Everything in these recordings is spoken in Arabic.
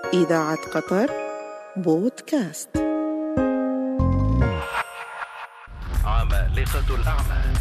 إذاعة قطر بودكاست. عمالقة الأعمال.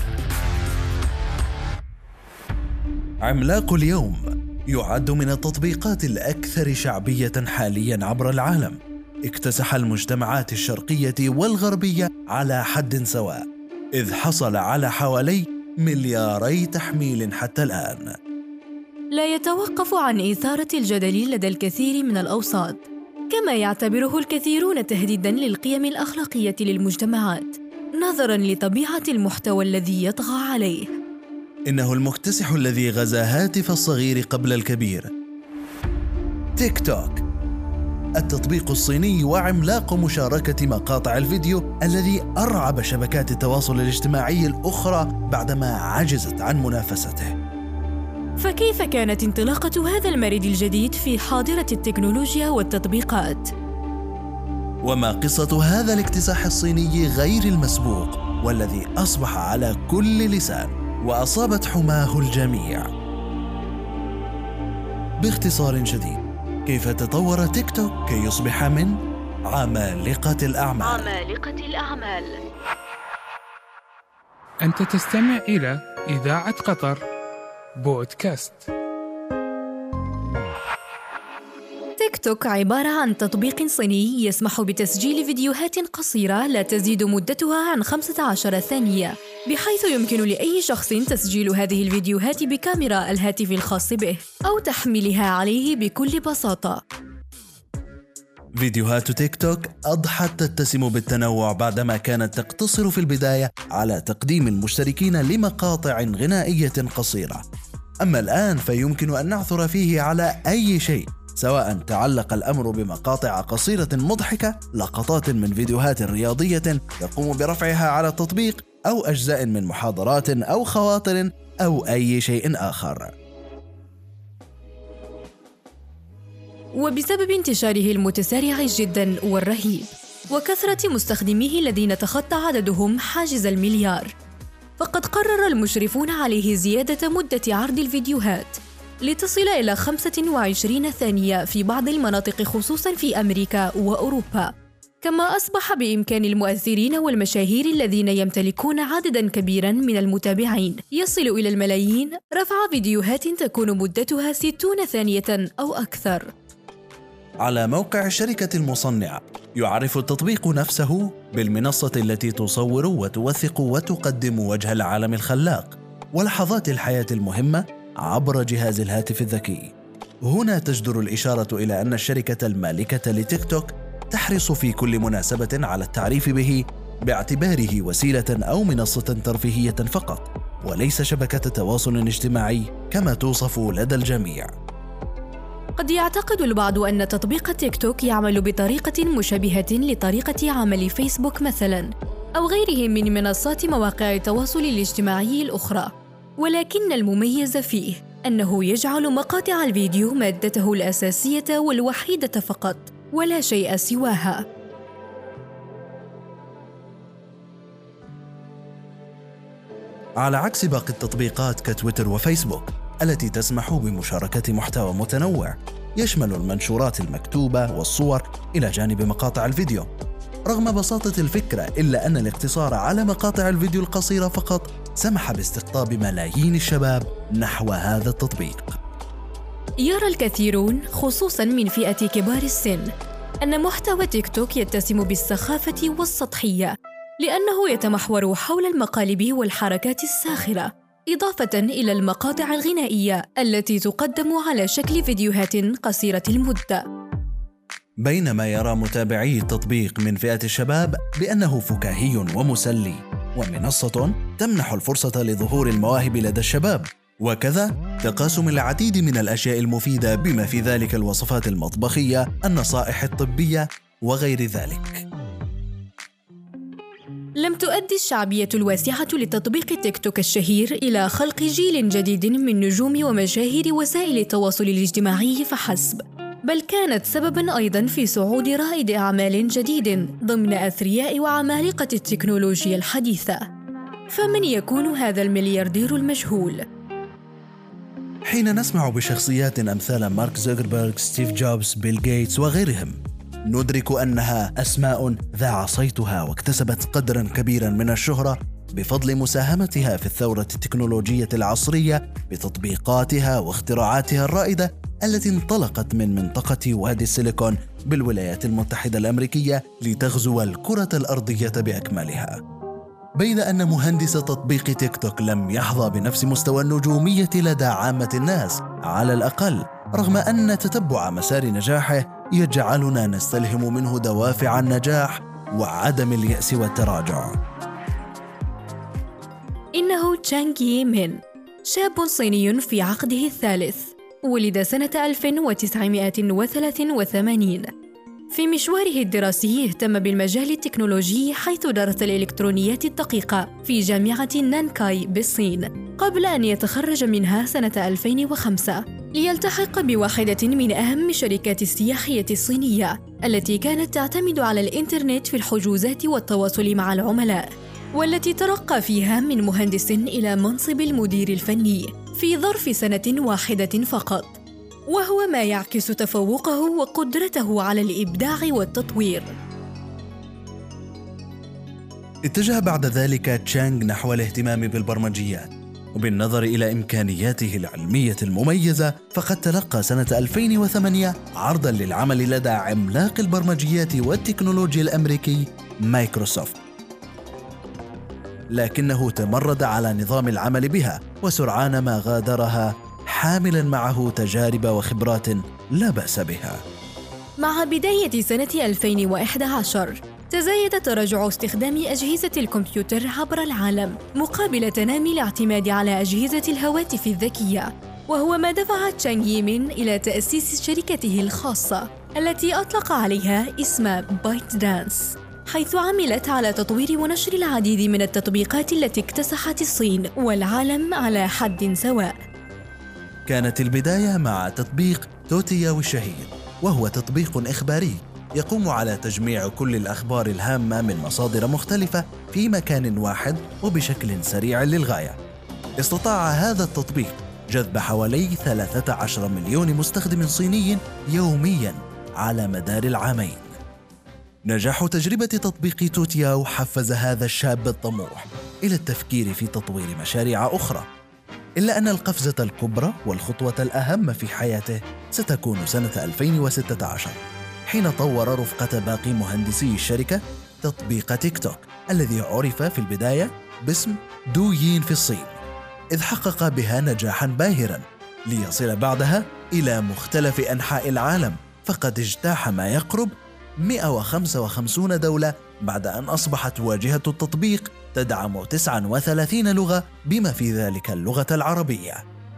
عملاق اليوم يعد من التطبيقات الأكثر شعبية حالياً عبر العالم. اكتسح المجتمعات الشرقية والغربية على حد سواء، إذ حصل على حوالي 2 مليار تحميل حتى الآن. لا يتوقف عن إثارة الجدل لدى الكثير من الأوساط، كما يعتبره الكثيرون تهديداً للقيم الأخلاقية للمجتمعات نظراً لطبيعة المحتوى الذي يطغى عليه. إنه المكتسح الذي غزا هاتف الصغير قبل الكبير. تيك توك، التطبيق الصيني وعملاق مشاركة مقاطع الفيديو الذي أرعب شبكات التواصل الاجتماعي الأخرى بعدما عجزت عن منافسته. فكيف كانت انطلاقة هذا المريد الجديد في حاضرة التكنولوجيا والتطبيقات؟ وما قصة هذا الاكتساح الصيني غير المسبوق والذي أصبح على كل لسان وأصابت حماه الجميع؟ باختصار شديد، كيف تطور تيك توك كي يصبح من عمالقة الأعمال. أنت تستمع إلى إذاعة قطر بودكاست. تيك توك عبارة عن تطبيق صيني يسمح بتسجيل فيديوهات قصيرة لا تزيد مدتها عن 15 ثانية، بحيث يمكن لأي شخص تسجيل هذه الفيديوهات بكاميرا الهاتف الخاص به أو تحميلها عليه بكل بساطة. فيديوهات تيك توك أضحت تتسم بالتنوع بعدما كانت تقتصر في البداية على تقديم المشتركين لمقاطع غنائية قصيرة، أما الآن فيمكن أن نعثر فيه على أي شيء، سواء تعلق الأمر بمقاطع قصيرة مضحكة، لقطات من فيديوهات رياضية يقوم برفعها على التطبيق، أو أجزاء من محاضرات أو خواطر أو أي شيء آخر. وبسبب انتشاره المتسارع جداً والرهيب وكثرة مستخدميه الذين تخطى عددهم حاجز 1 مليار، فقد قرر المشرفون عليه زيادة مدة عرض الفيديوهات لتصل إلى 25 ثانية في بعض المناطق خصوصاً في أمريكا وأوروبا. كما أصبح بإمكان المؤثرين والمشاهير الذين يمتلكون عدداً كبيراً من المتابعين يصل إلى الملايين رفع فيديوهات تكون مدتها 60 ثانية أو أكثر. على موقع الشركة المصنعة، يعرف التطبيق نفسه بالمنصة التي تصور وتوثق وتقدم وجه العالم الخلاق ولحظات الحياة المهمة عبر جهاز الهاتف الذكي. هنا تجدر الإشارة إلى أن الشركة المالكة لتيك توك تحرص في كل مناسبة على التعريف به باعتباره وسيلة أو منصة ترفيهية فقط، وليس شبكة تواصل اجتماعي كما توصف لدى الجميع. قد يعتقد البعض أن تطبيق تيك توك يعمل بطريقة مشابهة لطريقة عمل فيسبوك مثلاً أو غيره من منصات مواقع التواصل الاجتماعي الأخرى، ولكن المميز فيه أنه يجعل مقاطع الفيديو مادته الأساسية والوحيدة فقط ولا شيء سواها. على عكس باقي التطبيقات كتويتر وفيسبوك التي تسمح بمشاركة محتوى متنوع يشمل المنشورات المكتوبة والصور إلى جانب مقاطع الفيديو، رغم بساطة الفكرة إلا أن الاقتصار على مقاطع الفيديو القصيرة فقط سمح باستقطاب ملايين الشباب نحو هذا التطبيق. يرى الكثيرون خصوصاً من فئة كبار السن أن محتوى تيك توك يتسم بالسخافة والسطحية، لأنه يتمحور حول المقالب والحركات الساخرة، إضافة إلى المقاطع الغنائية التي تقدم على شكل فيديوهات قصيرة المدة. بينما يرى متابعي التطبيق من فئة الشباب بأنه فكاهي ومسلي ومنصة تمنح الفرصة لظهور المواهب لدى الشباب، وكذا تقاسم العديد من الأشياء المفيدة بما في ذلك الوصفات المطبخية، النصائح الطبية وغير ذلك. لم تؤدي الشعبية الواسعة لتطبيق تيك توك الشهير إلى خلق جيل جديد من نجوم ومشاهير وسائل التواصل الاجتماعي فحسب، بل كانت سبباً أيضاً في صعود رائد أعمال جديد ضمن أثرياء وعمالقة التكنولوجيا الحديثة. فمن يكون هذا الملياردير المجهول؟ حين نسمع بشخصيات أمثال مارك زوكربيرغ، ستيف جوبز، بيل غيتس وغيرهم، ندرك أنها أسماء ذاع صيتها واكتسبت قدرا كبيرا من الشهرة بفضل مساهمتها في الثورة التكنولوجية العصرية بتطبيقاتها واختراعاتها الرائدة التي انطلقت من منطقة وادي السيليكون بالولايات المتحدة الأمريكية لتغزو الكرة الأرضية بأكملها. بيد أن مهندس تطبيق تيك توك لم يحظى بنفس مستوى النجومية لدى عامة الناس على الأقل، رغم أن تتبع مسار نجاحه يجعلنا نستلهم منه دوافع النجاح وعدم اليأس والتراجع. إنه تشانغ يي مين، شاب صيني في عقده الثالث، ولد سنة 1983. في مشواره الدراسي اهتم بالمجال التكنولوجي حيث درس الإلكترونيات الدقيقة في جامعة نانكاي بالصين قبل أن يتخرج منها سنة 2005 ليلتحق بواحدة من أهم شركات السياحية الصينية التي كانت تعتمد على الإنترنت في الحجوزات والتواصل مع العملاء، والتي ترقى فيها من مهندس إلى منصب المدير الفني في ظرف سنة واحدة فقط، وهو ما يعكس تفوقه وقدرته على الإبداع والتطوير. اتجه بعد ذلك تشانغ نحو الاهتمام بالبرمجيات، وبالنظر إلى إمكانياته العلمية المميزة فقد تلقى سنة 2008 عرضاً للعمل لدى عملاق البرمجيات والتكنولوجيا الأمريكي مايكروسوفت، لكنه تمرد على نظام العمل بها وسرعان ما غادرها حاملاً معه تجارب وخبرات لا بأس بها. مع بداية سنة 2011 تزايد تراجع استخدام أجهزة الكمبيوتر عبر العالم مقابل تنامي الاعتماد على أجهزة الهواتف الذكية، وهو ما دفع تشانغ يي مين إلى تأسيس شركته الخاصة التي أطلق عليها اسم بايت دانس، حيث عملت على تطوير ونشر العديد من التطبيقات التي اكتسحت الصين والعالم على حد سواء. كانت البداية مع تطبيق توتياو الشهير، وهو تطبيق إخباري يقوم على تجميع كل الأخبار الهامة من مصادر مختلفة في مكان واحد وبشكل سريع للغاية. استطاع هذا التطبيق جذب حوالي 13 مليون مستخدم صيني يومياً على مدار العامين. نجاح تجربة تطبيق توتياو حفز هذا الشاب الطموح إلى التفكير في تطوير مشاريع أخرى، إلا أن القفزة الكبرى والخطوة الأهم في حياته ستكون سنة 2016 حين طور رفقة باقي مهندسي الشركة تطبيق تيك توك الذي عرف في البداية باسم دويين في الصين، إذ حقق بها نجاحاً باهراً ليصل بعدها إلى مختلف أنحاء العالم، فقد اجتاح ما يقرب 155 دولة بعد أن أصبحت واجهة التطبيق تدعم 39 لغة بما في ذلك اللغة العربية.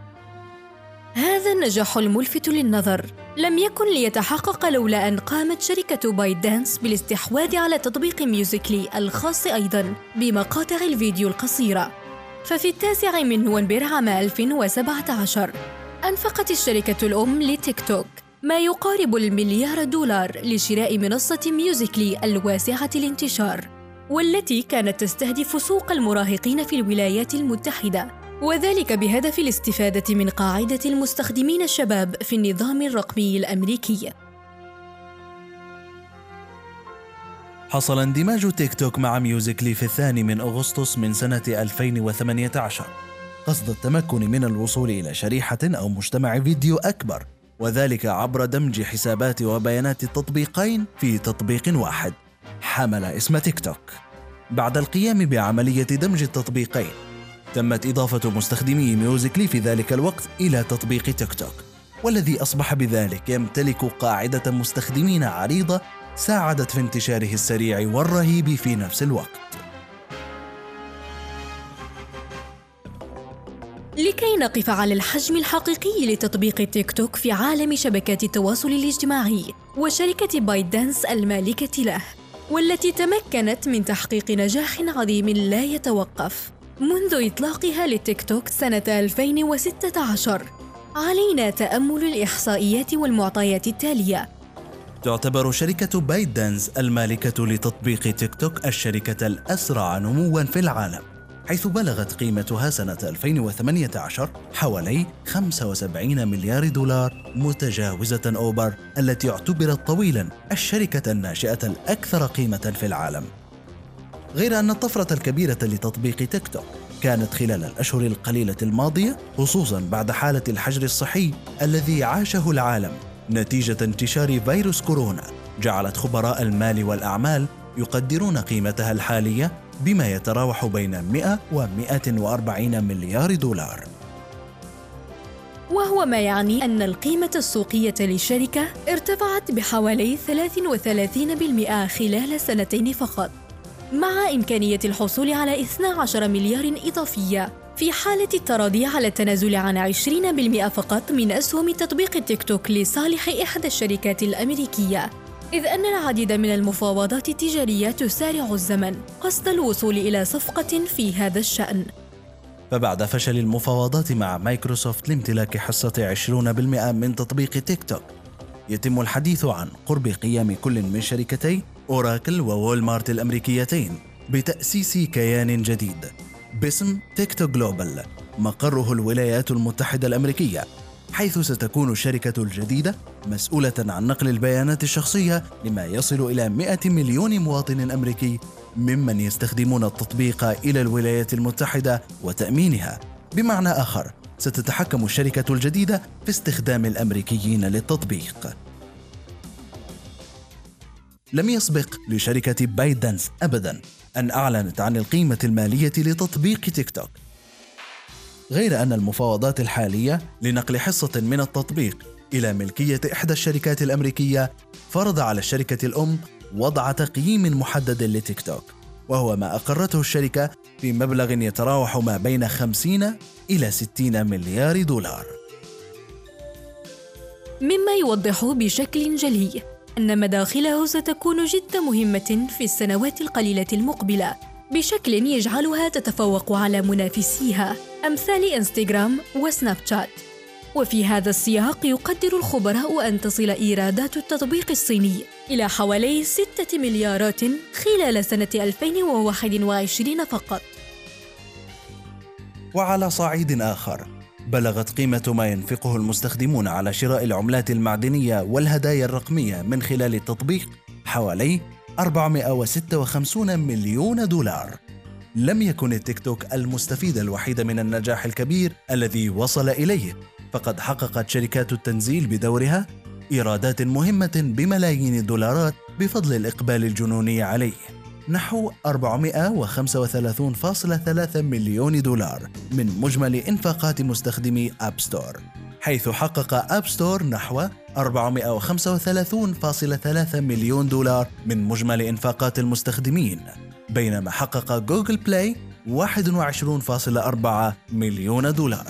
هذا النجاح الملفت للنظر لم يكن ليتحقق لولا أن قامت شركة بايت دانس بالاستحواذ على تطبيق ميوزيكلي الخاص أيضاً بمقاطع الفيديو القصيرة. ففي 9 نوفمبر عام 2017 أنفقت الشركة الأم لتيك توك ما يقارب $1 مليار لشراء منصة ميوزيكلي الواسعة الانتشار، والتي كانت تستهدف سوق المراهقين في الولايات المتحدة، وذلك بهدف الاستفادة من قاعدة المستخدمين الشباب في النظام الرقمي الأمريكي. حصل اندماج تيك توك مع ميوزيكلي في 2 أغسطس من سنة 2018 قصد التمكن من الوصول إلى شريحة أو مجتمع فيديو أكبر، وذلك عبر دمج حسابات وبيانات التطبيقين في تطبيق واحد حمل اسم تيك توك. بعد القيام بعملية دمج التطبيقين تمت إضافة مستخدمي ميوزيكلي في ذلك الوقت إلى تطبيق تيك توك، والذي أصبح بذلك يمتلك قاعدة مستخدمين عريضة ساعدت في انتشاره السريع والرهيب في نفس الوقت. لكي نقف على الحجم الحقيقي لتطبيق تيك توك في عالم شبكات التواصل الاجتماعي وشركة بايت دانس المالكة له، والتي تمكنت من تحقيق نجاح عظيم لا يتوقف منذ إطلاقها للتيك توك سنة 2016، علينا تأمل الإحصائيات والمعطيات التالية. تعتبر شركة بايت دانس المالكة لتطبيق تيك توك الشركة الأسرع نمواً في العالم، حيث بلغت قيمتها سنة 2018 حوالي 75 مليار دولار، متجاوزة أوبر التي اعتبرت طويلاً الشركة الناشئة الأكثر قيمة في العالم. غير أن الطفرة الكبيرة لتطبيق تيك توك كانت خلال الأشهر القليلة الماضية، خصوصاً بعد حالة الحجر الصحي الذي عاشه العالم نتيجة انتشار فيروس كورونا، جعلت خبراء المال والأعمال يقدرون قيمتها الحالية بما يتراوح بين 100 و 140 مليار دولار، وهو ما يعني أن القيمة السوقية للشركة ارتفعت بحوالي 33% خلال سنتين فقط، مع إمكانية الحصول على 12 مليار إضافية في حالة التراضي على التنازل عن 20% فقط من أسهم تطبيق تيك توك لصالح إحدى الشركات الأمريكية، إذ أن العديد من المفاوضات التجارية تسارع الزمن قصد الوصول إلى صفقة في هذا الشأن. فبعد فشل المفاوضات مع مايكروسوفت لامتلاك حصة 20% من تطبيق تيك توك، يتم الحديث عن قرب قيام كل من شركتي أوراكل ووالمارت الأمريكيتين بتأسيس كيان جديد باسم تيك توك جلوبال، مقره الولايات المتحدة الأمريكية، حيث ستكون الشركة الجديدة مسؤولة عن نقل البيانات الشخصية لما يصل إلى 100 مليون مواطن أمريكي ممن يستخدمون التطبيق إلى الولايات المتحدة وتأمينها. بمعنى آخر، ستتحكم الشركة الجديدة في استخدام الأمريكيين للتطبيق. لم يسبق لشركة بايت دانس أبداً أن أعلنت عن القيمة المالية لتطبيق تيك توك، غير أن المفاوضات الحالية لنقل حصة من التطبيق إلى ملكية إحدى الشركات الأمريكية فرض على الشركة الأم وضع تقييم محدد لتيك توك، وهو ما أقرته الشركة في مبلغ يتراوح ما بين 50 إلى 60 مليار دولار، مما يوضح بشكل جلي أن مداخله ستكون جد مهمة في السنوات القليلة المقبلة بشكل يجعلها تتفوق على منافسيها أمثال إنستغرام وسناب شات. وفي هذا السياق يقدر الخبراء أن تصل إيرادات التطبيق الصيني إلى حوالي 6 مليارات خلال سنة 2021 فقط. وعلى صعيد آخر، بلغت قيمة ما ينفقه المستخدمون على شراء العملات المعدنية والهدايا الرقمية من خلال التطبيق حوالي 456 مليون دولار. لم يكن التيك توك المستفيد الوحيد من النجاح الكبير الذي وصل إليه، فقد حققت شركات التنزيل بدورها إيرادات مهمة بملايين الدولارات بفضل الإقبال الجنوني عليه، نحو 435.3 مليون دولار من مجمل إنفاقات مستخدمي أب ستور، حيث حقق أب ستور نحو 435.3 مليون دولار من مجمل إنفاقات المستخدمين، بينما حقق جوجل بلاي 21.4 مليون دولار.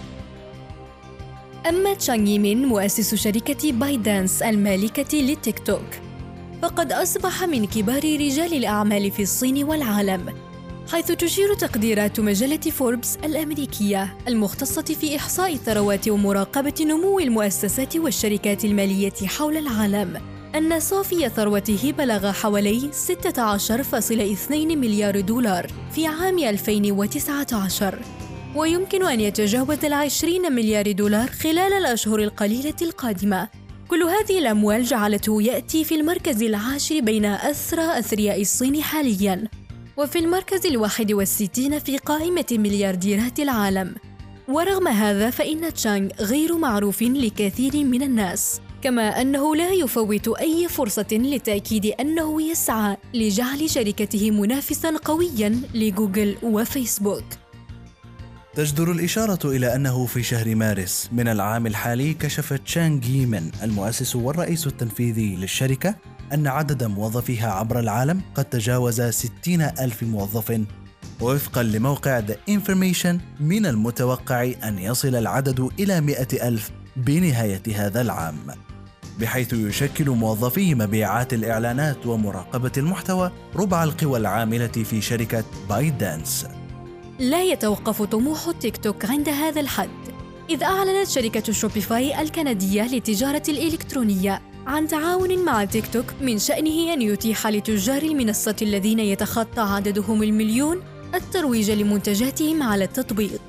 أما تشانغ يمين مؤسس شركة بايت دانس المالكة للتيك توك، فقد أصبح من كبار رجال الأعمال في الصين والعالم، حيث تشير تقديرات مجلة فوربس الأمريكية المختصة في إحصاء الثروات ومراقبة نمو المؤسسات والشركات المالية حول العالم أن صافي ثروته بلغ حوالي 16.2 مليار دولار في عام 2019، ويمكن أن يتجاوز 20 مليار دولار خلال الأشهر القليلة القادمة. كل هذه الأموال جعلته يأتي في المركز العاشر بين أثرى أثرياء الصين حالياً، وفي المركز 61 في قائمة مليارديرات العالم. ورغم هذا فإن تشانغ غير معروف لكثير من الناس، كما أنه لا يفوت أي فرصة للتأكيد أنه يسعى لجعل شركته منافساً قوياً لجوجل وفيسبوك. تجدر الإشارة إلى أنه في شهر مارس من العام الحالي كشف تشانغ يمين المؤسس والرئيس التنفيذي للشركة أن عدد موظفيها عبر العالم قد تجاوز 60,000 موظف، ووفقاً لموقع The Information من المتوقع أن يصل العدد إلى 100,000 بنهاية هذا العام، بحيث يشكل موظفي مبيعات الإعلانات ومراقبة المحتوى ربع القوى العاملة في شركة بايت دانس. لا يتوقف طموح التيك توك عند هذا الحد، إذ أعلنت شركة شوبيفاي الكندية للتجارة الإلكترونية عن تعاون مع تيك توك من شأنه أن يتيح لتجار المنصة الذين يتخطى عددهم 1,000,000 الترويج لمنتجاتهم على التطبيق.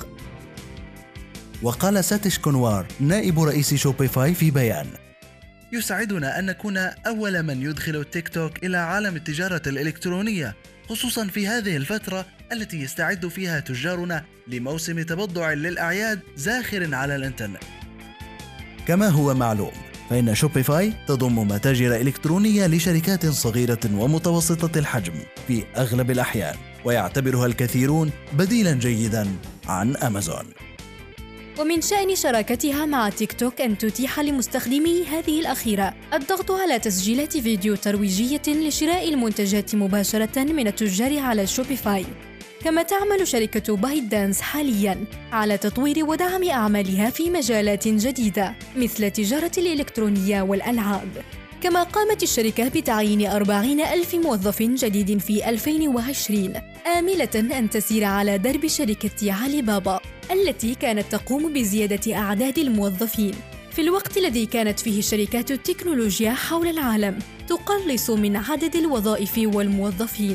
وقال ساتيش كونوار نائب رئيس شوبيفاي في بيان: يسعدنا أن نكون أول من يدخل التيك توك إلى عالم التجارة الإلكترونية، خصوصا في هذه الفترة التي يستعد فيها تجارنا لموسم تبضع للأعياد زاخر على الإنترنت. كما هو معلوم، فإن شوبيفاي تضم متاجر إلكترونية لشركات صغيرة ومتوسطة الحجم في أغلب الأحيان، ويعتبرها الكثيرون بديلا جيدا عن أمازون. ومن شأن شراكتها مع تيك توك أن تتيح لمستخدمي هذه الأخيرة الضغط على تسجيلات فيديو ترويجية لشراء المنتجات مباشرة من التجار على شوبيفاي. كما تعمل شركة بايت دانس حالياً على تطوير ودعم أعمالها في مجالات جديدة مثل التجارة الإلكترونية والألعاب. كما قامت الشركة بتعيين 40,000 موظف جديد في 2020، آملة أن تسير على درب شركة علي بابا التي كانت تقوم بزيادة أعداد الموظفين في الوقت الذي كانت فيه شركات التكنولوجيا حول العالم تقلص من عدد الوظائف والموظفين.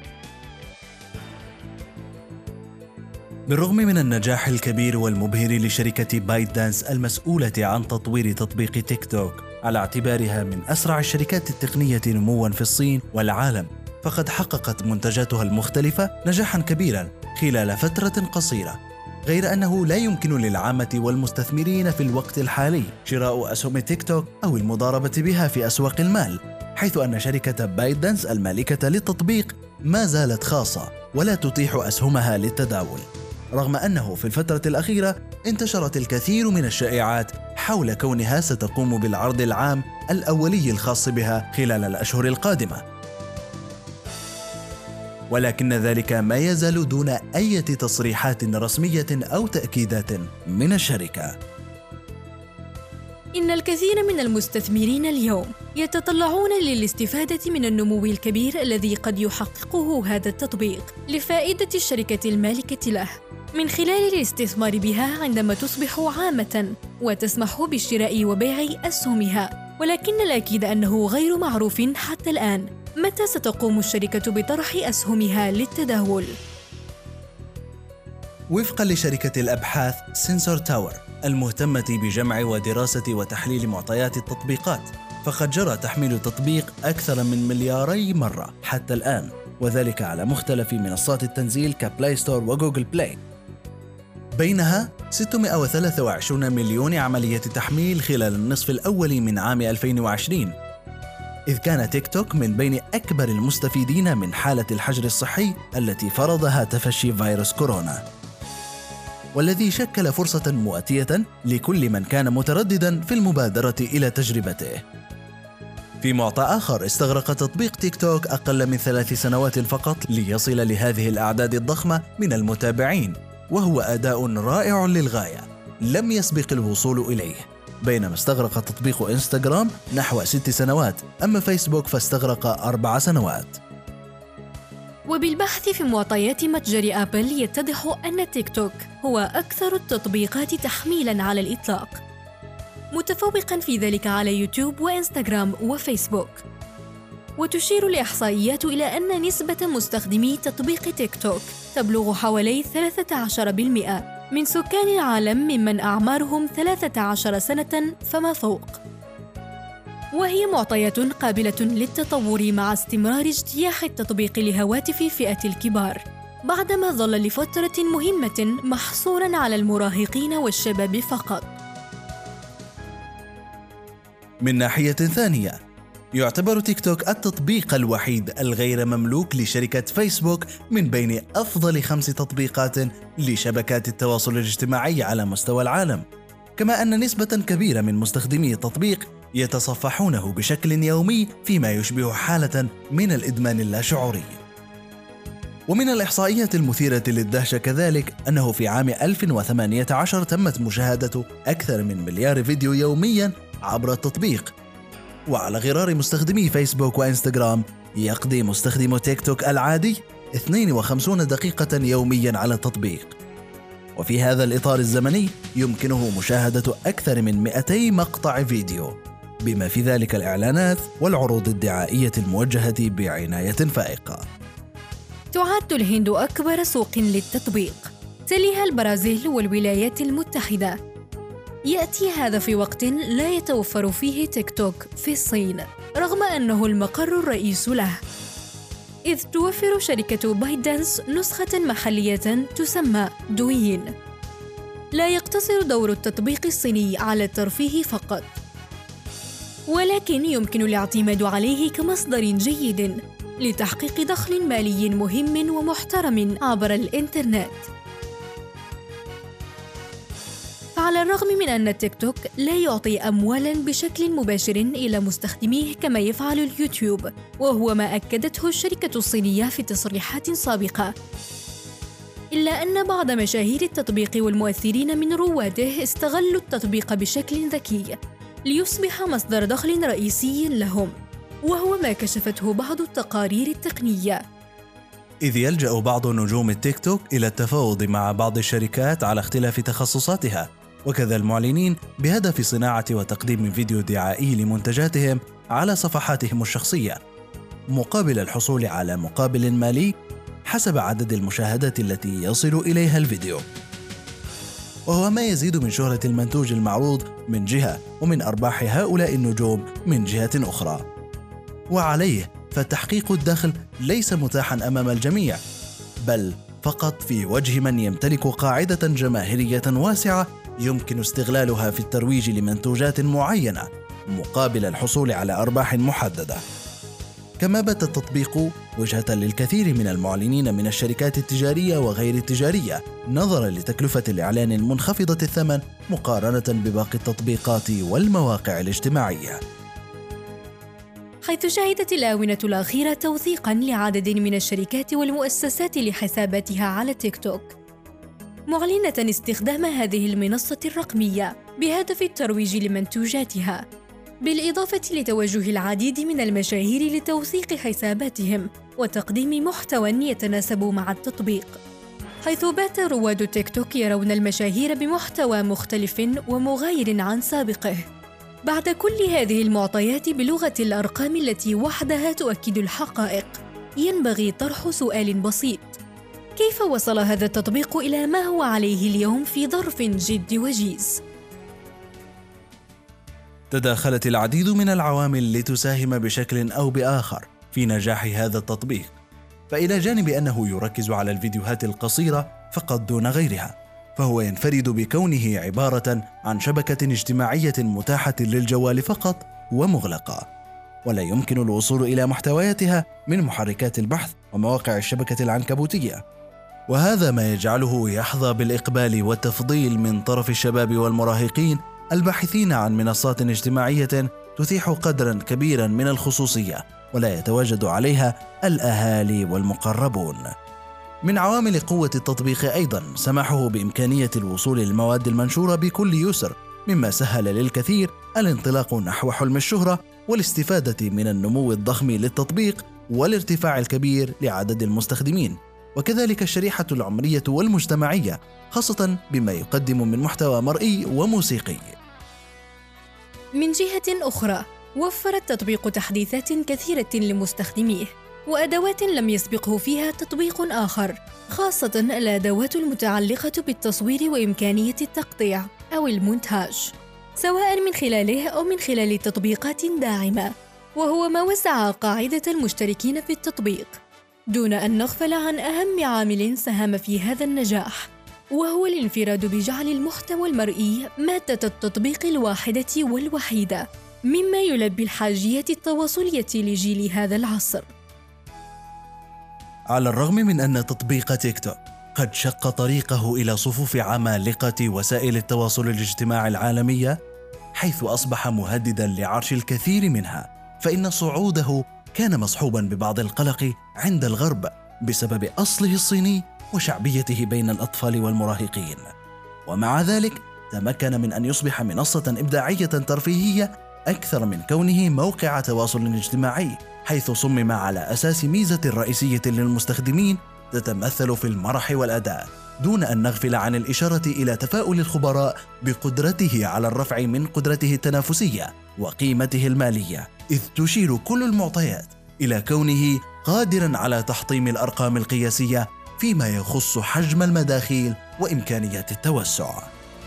بالرغم من النجاح الكبير والمبهر لشركة بايت دانس المسؤولة عن تطوير تطبيق تيك توك على اعتبارها من أسرع الشركات التقنية نمواً في الصين والعالم، فقد حققت منتجاتها المختلفة نجاحاً كبيراً خلال فترة قصيرة، غير أنه لا يمكن للعامة والمستثمرين في الوقت الحالي شراء أسهم تيك توك أو المضاربة بها في أسواق المال، حيث أن شركة بايت دانس المالكة للتطبيق ما زالت خاصة ولا تتيح أسهمها للتداول، رغم أنه في الفترة الأخيرة انتشرت الكثير من الشائعات حول كونها ستقوم بالعرض العام الأولي الخاص بها خلال الأشهر القادمة، ولكن ذلك ما يزال دون أي تصريحات رسمية أو تأكيدات من الشركة. إن الكثير من المستثمرين اليوم يتطلعون للاستفادة من النمو الكبير الذي قد يحققه هذا التطبيق لفائدة الشركة المالكة له، من خلال الاستثمار بها عندما تصبح عامة وتسمح بشراء وبيع أسهمها. ولكن الأكيد أنه غير معروف حتى الآن متى ستقوم الشركة بطرح أسهمها للتداول. وفقاً لشركة الأبحاث سنسور تاور المهتمة بجمع ودراسة وتحليل معطيات التطبيقات، فقد جرى تحميل التطبيق أكثر من 2 مليار مرة حتى الآن، وذلك على مختلف منصات التنزيل كبلاي ستور وجوجل بلاي، بينها 623 مليون عملية تحميل خلال النصف الأول من عام 2020، إذ كان تيك توك من بين أكبر المستفيدين من حالة الحجر الصحي التي فرضها تفشي فيروس كورونا، والذي شكل فرصة مؤتية لكل من كان متردداً في المبادرة إلى تجربته. في معطى آخر، استغرق تطبيق تيك توك أقل من 3 سنوات فقط ليصل لهذه الأعداد الضخمة من المتابعين، وهو أداء رائع للغاية لم يسبق الوصول إليه، بينما استغرق تطبيق إنستغرام نحو 6 سنوات، أما فيسبوك فاستغرق 4 سنوات. وبالبحث في معطيات متجر آبل يتضح أن تيك توك هو أكثر التطبيقات تحميلاً على الإطلاق، متفوقاً في ذلك على يوتيوب وإنستغرام وفيسبوك. وتشير الإحصائيات إلى أن نسبة مستخدمي تطبيق تيك توك تبلغ حوالي 13% من سكان العالم ممن أعمارهم 13 سنة فما فوق، وهي معطيات قابلة للتطور مع استمرار اجتياح التطبيق لهواتف فئة الكبار، بعدما ظل لفترة مهمة محصوراً على المراهقين والشباب فقط. من ناحية ثانية، يعتبر تيك توك التطبيق الوحيد الغير مملوك لشركة فيسبوك من بين أفضل 5 تطبيقات لشبكات التواصل الاجتماعي على مستوى العالم، كما أن نسبة كبيرة من مستخدمي التطبيق يتصفحونه بشكل يومي فيما يشبه حالة من الإدمان اللاشعوري. ومن الإحصائيات المثيرة للدهشة كذلك أنه في عام 2018 تمت مشاهدة أكثر من 1 مليار فيديو يومياً عبر التطبيق، وعلى غرار مستخدمي فيسبوك وإنستغرام يقضي مستخدم تيك توك العادي 52 دقيقة يومياً على التطبيق. وفي هذا الإطار الزمني يمكنه مشاهدة أكثر من 200 مقطع فيديو، بما في ذلك الإعلانات والعروض الدعائية الموجهة بعناية فائقة. تعد الهند أكبر سوق للتطبيق، تليها البرازيل والولايات المتحدة. يأتي هذا في وقت لا يتوفر فيه تيك توك في الصين رغم أنه المقر الرئيس له، إذ توفر شركة بايت دانس نسخة محلية تسمى دوين. لا يقتصر دور التطبيق الصيني على الترفيه فقط، ولكن يمكن الاعتماد عليه كمصدر جيد لتحقيق دخل مالي مهم ومحترم عبر الإنترنت. على الرغم من أن التيك توك لا يعطي أموالاً بشكل مباشر إلى مستخدميه كما يفعل اليوتيوب، وهو ما أكدته الشركة الصينية في تصريحات سابقة، إلا أن بعض مشاهير التطبيق والمؤثرين من رواده استغلوا التطبيق بشكل ذكي ليصبح مصدر دخل رئيسي لهم، وهو ما كشفته بعض التقارير التقنية. إذ يلجأ بعض نجوم التيك توك إلى التفاوض مع بعض الشركات على اختلاف تخصصاتها، وكذا المعلنين بهدف صناعة وتقديم فيديو دعائي لمنتجاتهم على صفحاتهم الشخصية، مقابل الحصول على مقابل مالي حسب عدد المشاهدات التي يصل إليها الفيديو، وهو ما يزيد من شهرة المنتوج المعروض من جهة ومن أرباح هؤلاء النجوم من جهة أخرى. وعليه فتحقيق الدخل ليس متاحا أمام الجميع، بل فقط في وجه من يمتلك قاعدة جماهيرية واسعة يمكن استغلالها في الترويج لمنتوجات معينة مقابل الحصول على أرباح محددة. كما بات التطبيق وجهة للكثير من المعلنين من الشركات التجارية وغير التجارية نظرا لتكلفة الإعلان المنخفضة الثمن مقارنة بباقي التطبيقات والمواقع الاجتماعية. حيث شهدت الآونة الأخيرة توثيقاً لعدد من الشركات والمؤسسات لحساباتها على تيك توك، معلنة استخدام هذه المنصة الرقمية بهدف الترويج لمنتوجاتها، بالإضافة لتوجه العديد من المشاهير لتوثيق حساباتهم وتقديم محتوى يتناسب مع التطبيق، حيث بات رواد تيك توك يرون المشاهير بمحتوى مختلف ومغاير عن سابقه. بعد كل هذه المعطيات بلغة الأرقام التي وحدها تؤكد الحقائق، ينبغي طرح سؤال بسيط: كيف وصل هذا التطبيق إلى ما هو عليه اليوم في ظرف جد وجيز؟ تداخلت العديد من العوامل لتساهم بشكل أو بآخر في نجاح هذا التطبيق، فإلى جانب أنه يركز على الفيديوهات القصيرة فقط دون غيرها، فهو ينفرد بكونه عبارة عن شبكة اجتماعية متاحة للجوال فقط ومغلقة، ولا يمكن الوصول إلى محتوياتها من محركات البحث ومواقع الشبكة العنكبوتية، وهذا ما يجعله يحظى بالإقبال والتفضيل من طرف الشباب والمراهقين الباحثين عن منصات اجتماعية تتيح قدرا كبيرا من الخصوصية ولا يتواجد عليها الأهالي والمقربون. من عوامل قوة التطبيق أيضا سماحه بإمكانية الوصول للمواد المنشورة بكل يسر، مما سهل للكثير الانطلاق نحو حلم الشهرة والاستفادة من النمو الضخم للتطبيق والارتفاع الكبير لعدد المستخدمين، وكذلك الشريحة العمرية والمجتمعية، خاصة بما يقدم من محتوى مرئي وموسيقي. من جهة أخرى، وفر التطبيق تحديثات كثيرة لمستخدميه وأدوات لم يسبقه فيها تطبيق آخر، خاصة الأدوات المتعلقة بالتصوير وإمكانية التقطيع أو المونتاج، سواء من خلاله أو من خلال تطبيقات داعمة، وهو ما وسع قاعدة المشتركين في التطبيق، دون أن نغفل عن أهم عامل ساهم في هذا النجاح، وهو الانفراد بجعل المحتوى المرئي مادة التطبيق الواحدة والوحيدة، مما يلبي الحاجية التواصلية لجيل هذا العصر. على الرغم من أن تطبيق تيك توك قد شق طريقه إلى صفوف عمالقة وسائل التواصل الاجتماعي العالمية، حيث أصبح مهدداً لعرش الكثير منها، فإن صعوده كان مصحوباً ببعض القلق عند الغرب بسبب أصله الصيني وشعبيته بين الأطفال والمراهقين، ومع ذلك تمكن من أن يصبح منصة إبداعية ترفيهية أكثر من كونه موقع تواصل اجتماعي، حيث صمم على أساس ميزة رئيسية للمستخدمين تتمثل في المرح والأداء، دون أن نغفل عن الإشارة إلى تفاؤل الخبراء بقدرته على الرفع من قدرته التنافسية وقيمته المالية، إذ تشير كل المعطيات إلى كونه قادراً على تحطيم الأرقام القياسية فيما يخص حجم المداخيل وإمكانيات التوسع.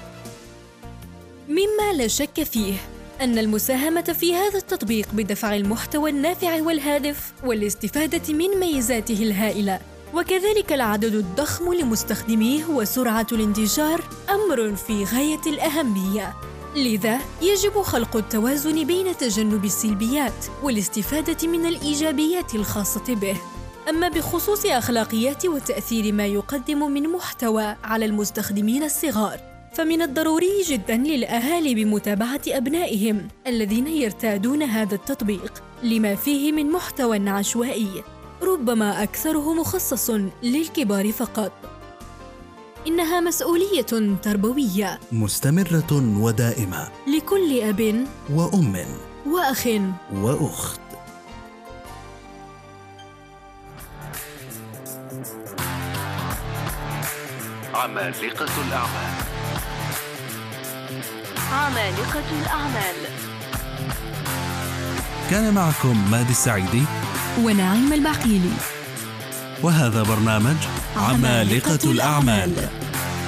مما لا شك فيه أن المساهمة في هذا التطبيق بدفع المحتوى النافع والهادف والاستفادة من ميزاته الهائلة وكذلك العدد الضخم لمستخدميه وسرعة الانتشار أمر في غاية الأهمية. لذا يجب خلق التوازن بين تجنب السلبيات والاستفادة من الإيجابيات الخاصة به. أما بخصوص أخلاقيات وتأثير ما يقدم من محتوى على المستخدمين الصغار، فمن الضروري جداً للأهالي بمتابعة أبنائهم الذين يرتادون هذا التطبيق لما فيه من محتوى عشوائي ربما أكثره مخصص للكبار فقط. إنها مسؤولية تربوية مستمرة ودائمة لكل أب وأم وأخ وأخت. عمالقة الأعمال. عمالقة الأعمال. كان معكم مادي السعيدي ونعيم البعقيلي، وهذا برنامج عمالقة الأعمال.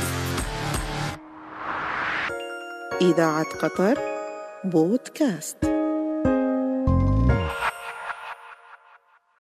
إذاعة قطر بودكاست.